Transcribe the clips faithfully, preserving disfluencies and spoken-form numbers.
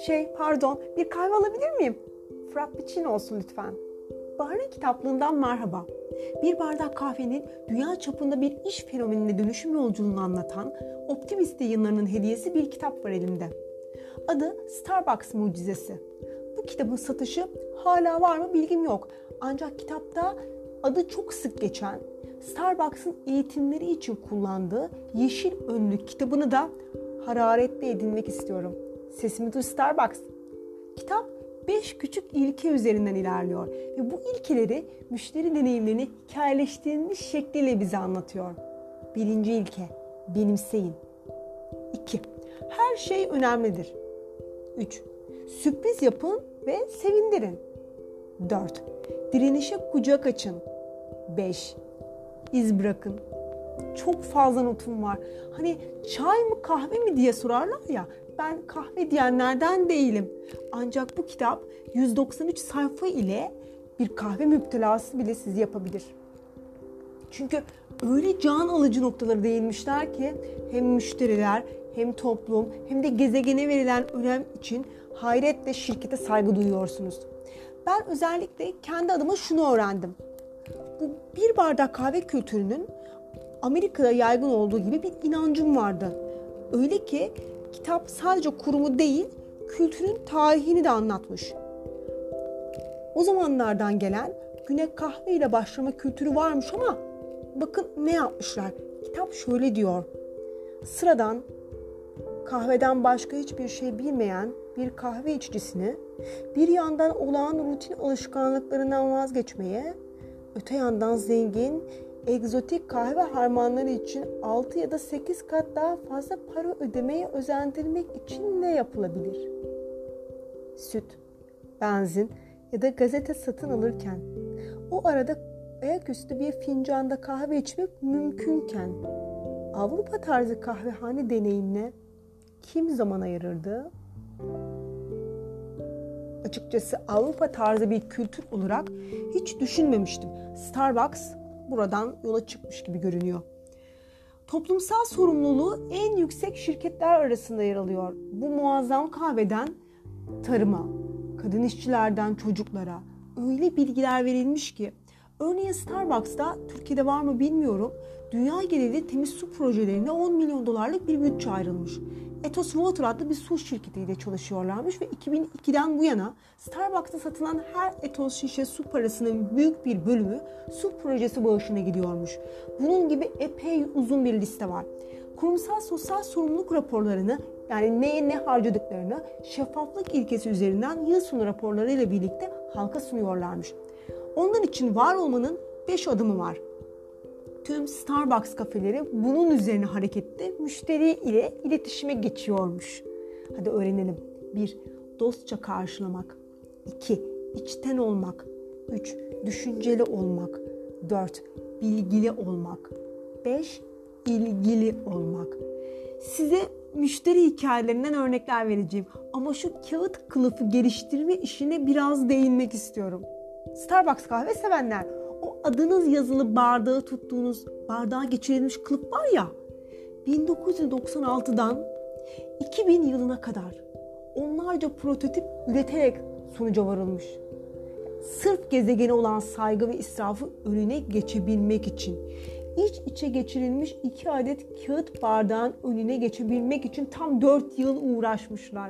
Şey pardon bir kahve alabilir miyim? Frappuccino olsun lütfen. Bahar'ın kitaplığından merhaba. Bir bardak kahvenin dünya çapında bir iş fenomenine dönüşüm yolculuğunu anlatan Optimist Yayınları'nın hediyesi bir kitap var elimde. Adı Starbucks Mucizesi. Bu kitabın satışı hala var mı bilgim yok. Ancak kitapta adı çok sık geçen, Starbucks'ın eğitimleri için kullandığı yeşil önlük kitabını da hararetle edinmek istiyorum. Sesimi duy Starbucks. Kitap beş küçük ilke üzerinden ilerliyor ve bu ilkeleri müşteri deneyimlerini hikayeleştirilmiş şekliyle bize anlatıyor. Birinci ilke, benimseyin. İki, her şey önemlidir. Üç, sürpriz yapın ve sevindirin. Dört, direnişe kucak açın. Beş, iz bırakın. Çok fazla notum var. Hani çay mı kahve mi diye sorarlar ya. Ben kahve diyenlerden değilim. Ancak bu kitap yüz doksan üç sayfa ile bir kahve müptelası bile sizi yapabilir. Çünkü öyle can alıcı noktalara değinmişler ki hem müşteriler hem toplum hem de gezegene verilen önem için hayretle şirkete saygı duyuyorsunuz. Ben özellikle kendi adıma şunu öğrendim. Bu bir bardak kahve kültürünün Amerika'da yaygın olduğu gibi bir inancım vardı. Öyle ki kitap sadece kurumu değil, kültürün tarihini de anlatmış. O zamanlardan gelen güne kahve ile başlama kültürü varmış ama bakın ne yapmışlar. Kitap şöyle diyor. Sıradan kahveden başka hiçbir şey bilmeyen bir kahve içicisini bir yandan olağan rutin alışkanlıklarından vazgeçmeye, öte yandan zengin, egzotik kahve harmanları için altı ya da sekiz kat daha fazla para ödemeye özendirmek için ne yapılabilir? Süt, benzin ya da gazete satın alırken, o arada ayaküstü bir fincanda kahve içmek mümkünken, Avrupa tarzı kahvehane deneyimine kim zaman ayırırdı? Açıkçası Avrupa tarzı bir kültür olarak hiç düşünmemiştim. Starbucks buradan yola çıkmış gibi görünüyor. Toplumsal sorumluluğu en yüksek şirketler arasında yer alıyor. Bu muazzam kahveden tarıma, kadın işçilerden çocuklara öyle bilgiler verilmiş ki, örneğin Starbucks'ta, Türkiye'de var mı bilmiyorum, dünya genelinde temiz su projelerine on milyon dolarlık bir bütçe ayrılmış. Ethos Water adlı bir su şirketiyle çalışıyorlarmış ve iki bin ikiden bu yana Starbucks'ta satılan her Ethos şişe su parasının büyük bir bölümü su projesi bağışına gidiyormuş. Bunun gibi epey uzun bir liste var. Kurumsal sosyal sorumluluk raporlarını, yani neye ne harcadıklarını şeffaflık ilkesi üzerinden yıl sonu raporlarıyla birlikte halka sunuyorlarmış. Onun için var olmanın beş adımı var. Tüm Starbucks kafeleri bunun üzerine harekette müşteri ile iletişime geçiyormuş. Hadi öğrenelim. bir. Dostça karşılamak. iki. İçten olmak. üç. Düşünceli olmak. dört. Bilgili olmak. beş. İlgili olmak. Size müşteri hikayelerinden örnekler vereceğim. Ama şu kağıt kılıfı geliştirme işine biraz değinmek istiyorum. Starbucks kahve sevenler, o adınız yazılı bardağı tuttuğunuz bardağa geçirilmiş kılıf var ya, bin dokuz yüz doksan altıdan iki bin yılına kadar onlarca prototip üreterek sonuca varılmış. Sırf gezegene olan saygı ve israfı önüne geçebilmek için, iç içe geçirilmiş iki adet kağıt bardağın önüne geçebilmek için tam dört yıl uğraşmışlar.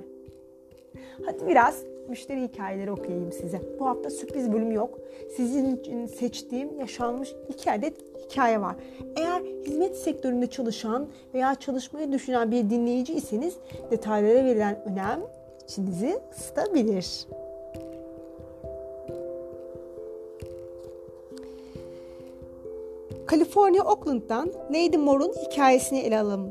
Hadi biraz müşteri hikayeleri okuyayım size. Bu hafta sürpriz bölüm yok. Sizin için seçtiğim yaşanmış iki adet hikaye var. Eğer hizmet sektöründe çalışan veya çalışmayı düşünen bir dinleyici iseniz detaylara verilen önem içinizi ısıtabilir. Kaliforniya Oakland'dan Lady Moore'un hikayesini ele alalım.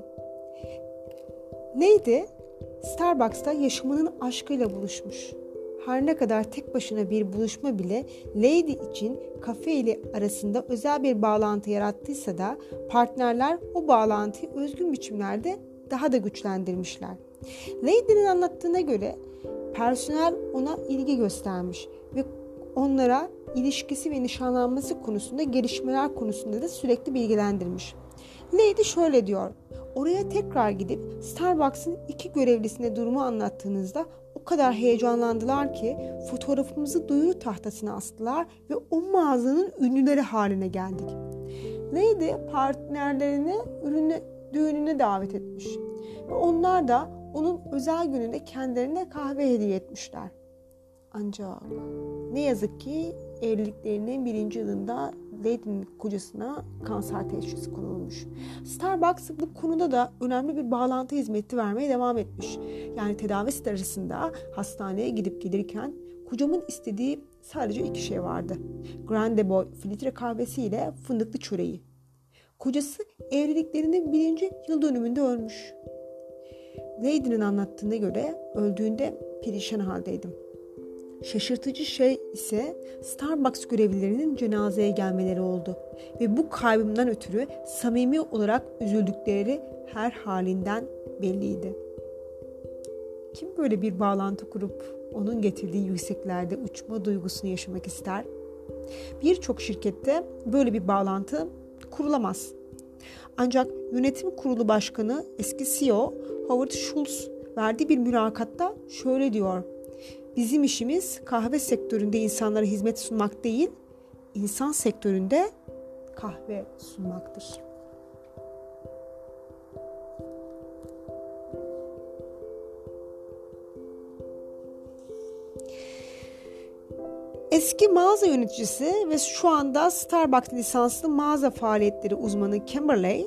Lady, Starbucks'ta yaşamının aşkıyla buluşmuş. Her ne kadar tek başına bir buluşma bile Lady için kafe ile arasında özel bir bağlantı yarattıysa da partnerler o bağlantıyı özgün biçimlerde daha da güçlendirmişler. Lady'nin anlattığına göre personel ona ilgi göstermiş ve onlara ilişkisi ve nişanlanması konusunda, gelişmeler konusunda da sürekli bilgilendirmiş. Lady şöyle diyor: oraya tekrar gidip Starbucks'ın iki görevlisine durumu anlattığınızda o o kadar heyecanlandılar ki fotoğrafımızı duyuru tahtasına astılar ve o mağazanın ünlüleri haline geldik. Lady partnerlerini ürünü, düğününe davet etmiş ve onlar da onun özel gününde kendilerine kahve hediye etmişler. Ancak ne yazık ki evliliklerinin birinci yılında Lady'nin kocasına kanser teşhisi konulmuş. Starbucks bu konuda da önemli bir bağlantı hizmeti vermeye devam etmiş. Yani tedavi sırasında hastaneye gidip gelirken kocamın istediği sadece iki şey vardı. Grande Boy filtre kahvesi ile fındıklı çöreği. Kocası evliliklerinin birinci yıl dönümünde ölmüş. Lady'nin anlattığına göre öldüğünde perişan haldeydim. Şaşırtıcı şey ise Starbucks görevlilerinin cenazeye gelmeleri oldu ve bu kaybımdan ötürü samimi olarak üzüldükleri her halinden belliydi. Kim böyle bir bağlantı kurup onun getirdiği yükseklerde uçma duygusunu yaşamak ister? Birçok şirkette böyle bir bağlantı kurulamaz. Ancak yönetim kurulu başkanı eski C E O Howard Schultz verdiği bir mülakatta şöyle diyor: bizim işimiz kahve sektöründe insanlara hizmet sunmak değil, insan sektöründe kahve sunmaktır. Eski mağaza yöneticisi ve şu anda Starbucks lisanslı mağaza faaliyetleri uzmanı Kimberley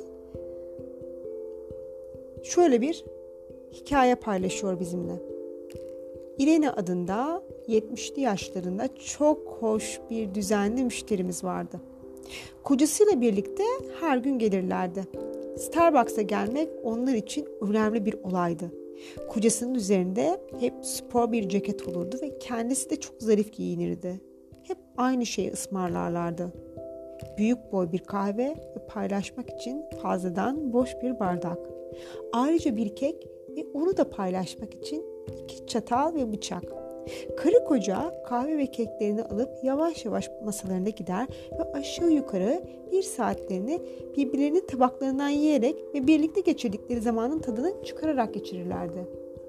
şöyle bir hikaye paylaşıyor bizimle. Irene adında yetmişli yaşlarında çok hoş bir düzenli müşterimiz vardı. Kocasıyla birlikte her gün gelirlerdi. Starbucks'a gelmek onlar için önemli bir olaydı. Kocasının üzerinde hep spor bir ceket olurdu ve kendisi de çok zarif giyinirdi. Hep aynı şeyi ısmarlarlardı. Büyük boy bir kahve ve paylaşmak için fazladan boş bir bardak. Ayrıca bir kek ve onu da paylaşmak için iki çatal ve bıçak. Karı koca kahve ve keklerini alıp yavaş yavaş masalarına gider ve aşağı yukarı bir saatlerini birbirlerinin tabaklarından yiyerek ve birlikte geçirdikleri zamanın tadını çıkararak geçirirlerdi.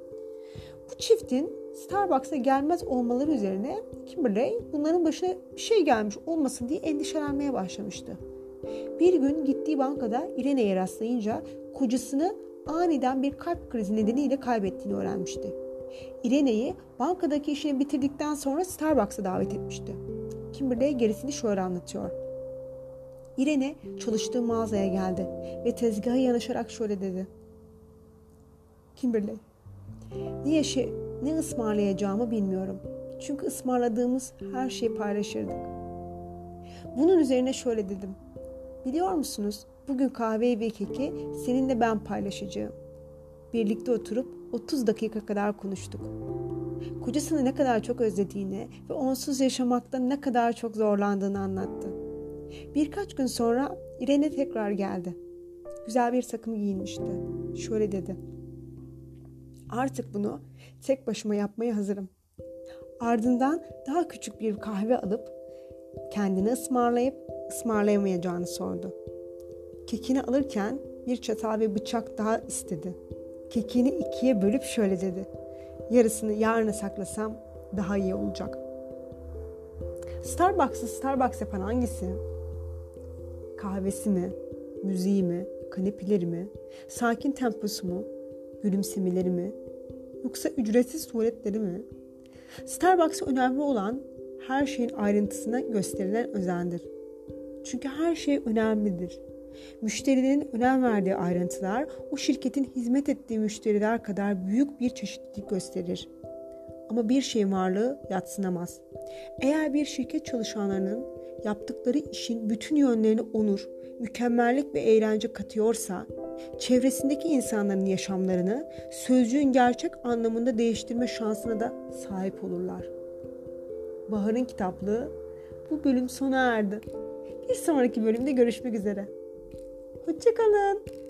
Bu çiftin Starbucks'a gelmez olmaları üzerine Kimberley bunların başına bir şey gelmiş olmasın diye endişelenmeye başlamıştı. Bir gün gittiği bankada Irene'ye rastlayınca kocasını aniden bir kalp krizi nedeniyle kaybettiğini öğrenmişti. Irene'yi bankadaki işini bitirdikten sonra Starbucks'a davet etmişti. Kimberley gerisini şöyle anlatıyor. Irene çalıştığı mağazaya geldi ve tezgaha yanaşarak şöyle dedi. Kimberley, ne yaşa, ne ısmarlayacağımı bilmiyorum. Çünkü ısmarladığımız her şeyi paylaşırdık. Bunun üzerine şöyle dedim. Biliyor musunuz? Bugün kahveyi ve keki seninle ben paylaşacağım. Birlikte oturup otuz dakika kadar konuştuk. Kocasını ne kadar çok özlediğini ve onsuz yaşamakta ne kadar çok zorlandığını anlattı. Birkaç gün sonra Irene tekrar geldi. Güzel bir takım giyinmişti. Şöyle dedi. Artık bunu tek başıma yapmaya hazırım. Ardından daha küçük bir kahve alıp kendini ısmarlayıp ısmarlayamayacağını sordu. Kekini alırken bir çatal ve bıçak daha istedi. Kekini ikiye bölüp şöyle dedi. Yarısını yarına saklasam daha iyi olacak. Starbucks'ı Starbucks yapan hangisi? Kahvesi mi? Müziği mi? Kanepeleri mi? Sakin temposu mu? Gülümsemeleri mi? Yoksa ücretsiz tuvaletleri mi? Starbucks'a önemli olan her şeyin ayrıntısına gösterilen özendir. Çünkü her şey önemlidir. Müşterinin önem verdiği ayrıntılar o şirketin hizmet ettiği müşteriler kadar büyük bir çeşitlilik gösterir. Ama bir şeyin varlığı yadsınamaz. Eğer bir şirket çalışanlarının yaptıkları işin bütün yönlerini onur, mükemmellik ve eğlence katıyorsa, çevresindeki insanların yaşamlarını sözcüğün gerçek anlamında değiştirme şansına da sahip olurlar. Bahar'ın kitaplığı bu bölüm sona erdi. Bir sonraki bölümde görüşmek üzere. Hoşça kalın.